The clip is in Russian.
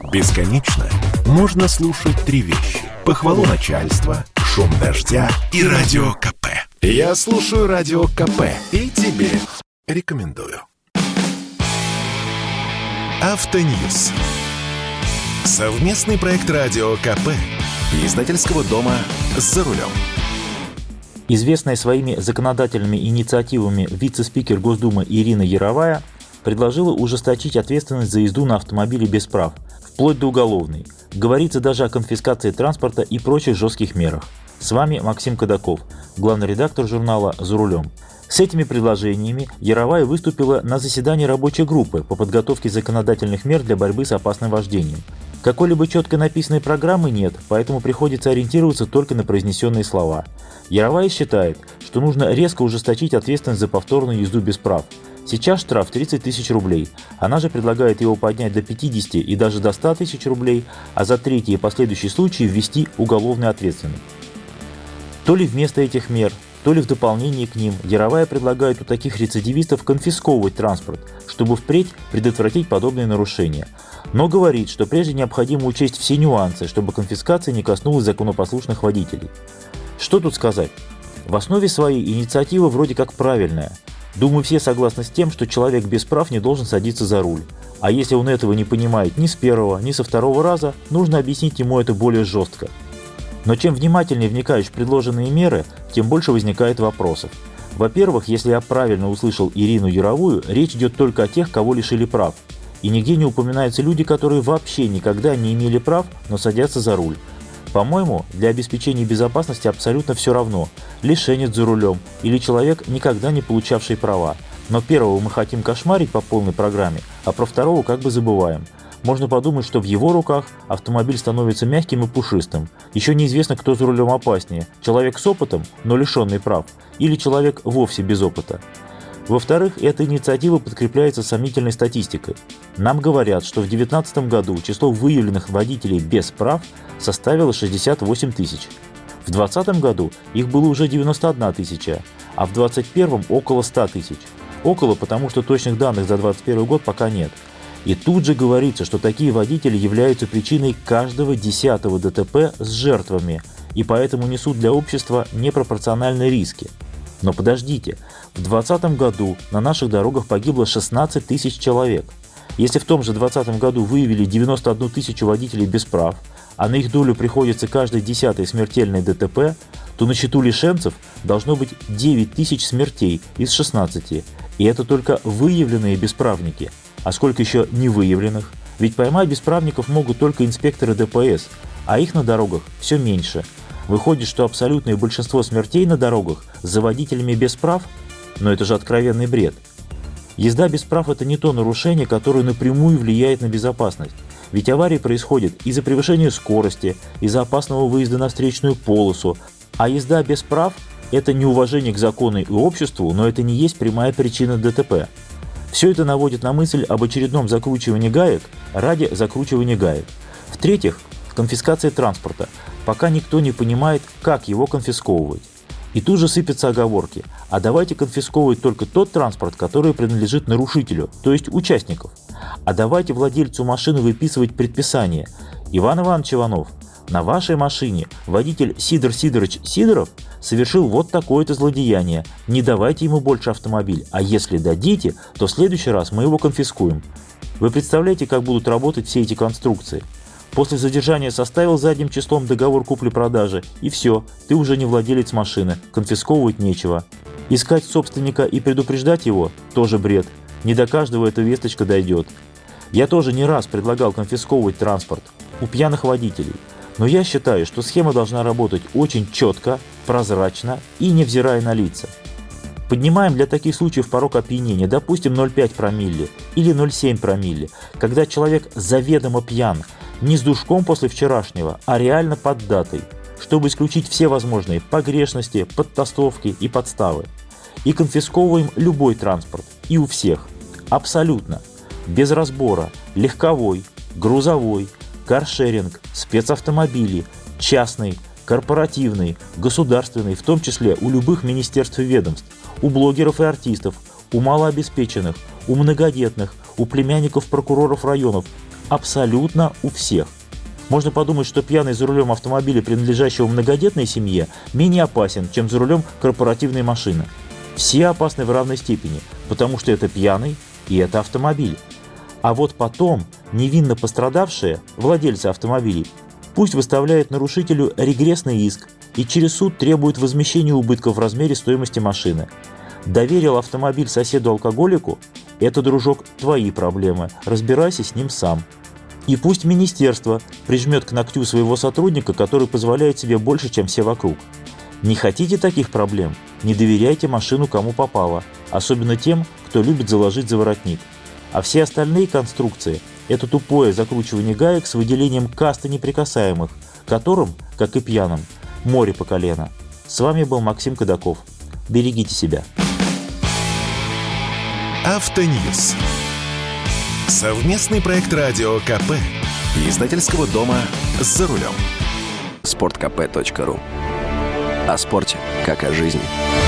Бесконечно можно слушать три вещи: похвалу начальства, шум дождя и радио КП. Я слушаю радио КП и тебе рекомендую. Автоньюз. Совместный проект радио КП и издательского дома «За рулем». Известная своими законодательными инициативами вице-спикер Госдумы Ирина Яровая предложила ужесточить ответственность за езду на автомобиле без прав, вплоть до уголовной. Говорится даже о конфискации транспорта и прочих жестких мерах. С вами Максим Кадаков, главный редактор журнала «За рулем». С этими предложениями Яровая выступила на заседании рабочей группы по подготовке законодательных мер для борьбы с опасным вождением. Какой-либо четко написанной программы нет, поэтому приходится ориентироваться только на произнесенные слова. Яровая считает, что нужно резко ужесточить ответственность за повторную езду без прав. Сейчас штраф 30 тысяч рублей, она же предлагает его поднять до 50 и даже до 100 тысяч рублей, а за третьи и последующие случаи ввести уголовную ответственность. То ли вместо этих мер, то ли в дополнение к ним Яровая предлагает у таких рецидивистов конфисковывать транспорт, чтобы впредь предотвратить подобные нарушения. Но говорит, что прежде необходимо учесть все нюансы, чтобы конфискация не коснулась законопослушных водителей. Что тут сказать? В основе своей инициатива вроде как правильная. Думаю, все согласны с тем, что человек без прав не должен садиться за руль. А если он этого не понимает ни с первого, ни со второго раза, нужно объяснить ему это более жестко. Но чем внимательнее вникаешь в предложенные меры, тем больше возникает вопросов. Во-первых, если я правильно услышал Ирину Яровую, речь идет только о тех, кого лишили прав. И нигде не упоминаются люди, которые вообще никогда не имели прав, но садятся за руль. По-моему, для обеспечения безопасности абсолютно все равно, лишенец за рулем или человек, никогда не получавший права. Но первого мы хотим кошмарить по полной программе, а про второго как бы забываем. Можно подумать, что в его руках автомобиль становится мягким и пушистым. Еще неизвестно, кто за рулем опаснее – человек с опытом, но лишенный прав, или человек вовсе без опыта. Во-вторых, эта инициатива подкрепляется сомнительной статистикой. Нам говорят, что в 2019 году число выявленных водителей без прав составило 68 тысяч. В 2020 году их было уже 91 тысяча, а в 2021 около 100 тысяч. Около, потому что точных данных за 2021 год пока нет. И тут же говорится, что такие водители являются причиной каждого 10-го ДТП с жертвами и поэтому несут для общества непропорциональные риски. Но подождите, в 2020 году на наших дорогах погибло 16 тысяч человек. Если в том же 2020 году выявили 91 тысячу водителей без прав, а на их долю приходится каждый 10-й смертельный ДТП, то на счету лишенцев должно быть 9 тысяч смертей из 16. И это только выявленные бесправники. А сколько еще невыявленных? Ведь поймать бесправников могут только инспекторы ДПС, а их на дорогах все меньше. Выходит, что абсолютное большинство смертей на дорогах за водителями без прав? Но это же откровенный бред. Езда без прав – это не то нарушение, которое напрямую влияет на безопасность. Ведь аварии происходят из-за превышения скорости, из-за опасного выезда на встречную полосу. А езда без прав – это неуважение к закону и обществу, но это не есть прямая причина ДТП. Все это наводит на мысль об очередном закручивании гаек ради закручивания гаек. В-третьих, конфискация транспорта. Пока никто не понимает, как его конфисковывать. И тут же сыпятся оговорки. А давайте конфисковывать только тот транспорт, который принадлежит нарушителю, то есть участников. А давайте владельцу машины выписывать предписание. Иван Иванович Иванов, на вашей машине водитель Сидор Сидорович Сидоров совершил вот такое-то злодеяние. Не давайте ему больше автомобиль, а если дадите, то в следующий раз мы его конфискуем. Вы представляете, как будут работать все эти конструкции? После задержания составил задним числом договор купли-продажи, и все, ты уже не владелец машины, конфисковывать нечего. Искать собственника и предупреждать его – тоже бред. Не до каждого эта весточка дойдет. Я тоже не раз предлагал конфисковывать транспорт у пьяных водителей. Но я считаю, что схема должна работать очень четко, прозрачно и невзирая на лица. Поднимаем для таких случаев порог опьянения, допустим, 0,5 промилле или 0,7 промилле, когда человек заведомо пьян, не с душком после вчерашнего, а реально поддатый, чтобы исключить все возможные погрешности, подтасовки и подставы. И конфисковываем любой транспорт, и у всех, абсолютно, без разбора, легковой, грузовой, каршеринг, спецавтомобили, частный, корпоративный, государственный, в том числе у любых министерств и ведомств, у блогеров и артистов, у малообеспеченных, у многодетных, у племянников прокуроров районов, Абсолютно у всех. Можно подумать, что пьяный за рулем автомобиля, принадлежащего многодетной семье, менее опасен, чем за рулем корпоративной машины. Все опасны в равной степени, потому что это пьяный и это автомобиль. А вот потом невинно пострадавшие, владельцы автомобилей, пусть выставляют нарушителю регрессный иск и через суд требуют возмещения убытков в размере стоимости машины. Доверил автомобиль соседу-алкоголику – это, дружок, твои проблемы, разбирайся с ним сам. И пусть министерство прижмет к ногтю своего сотрудника, который позволяет себе больше, чем все вокруг. Не хотите таких проблем? Не доверяйте машину кому попало, особенно тем, кто любит заложить за воротник. А все остальные конструкции – это тупое закручивание гаек с выделением касты неприкасаемых, которым, как и пьяным, море по колено. С вами был Максим Кадаков. Берегите себя. Автоньюз. Совместный проект радио КП. Издательского дома «За рулем». sportkp.ru. О спорте, как о жизни.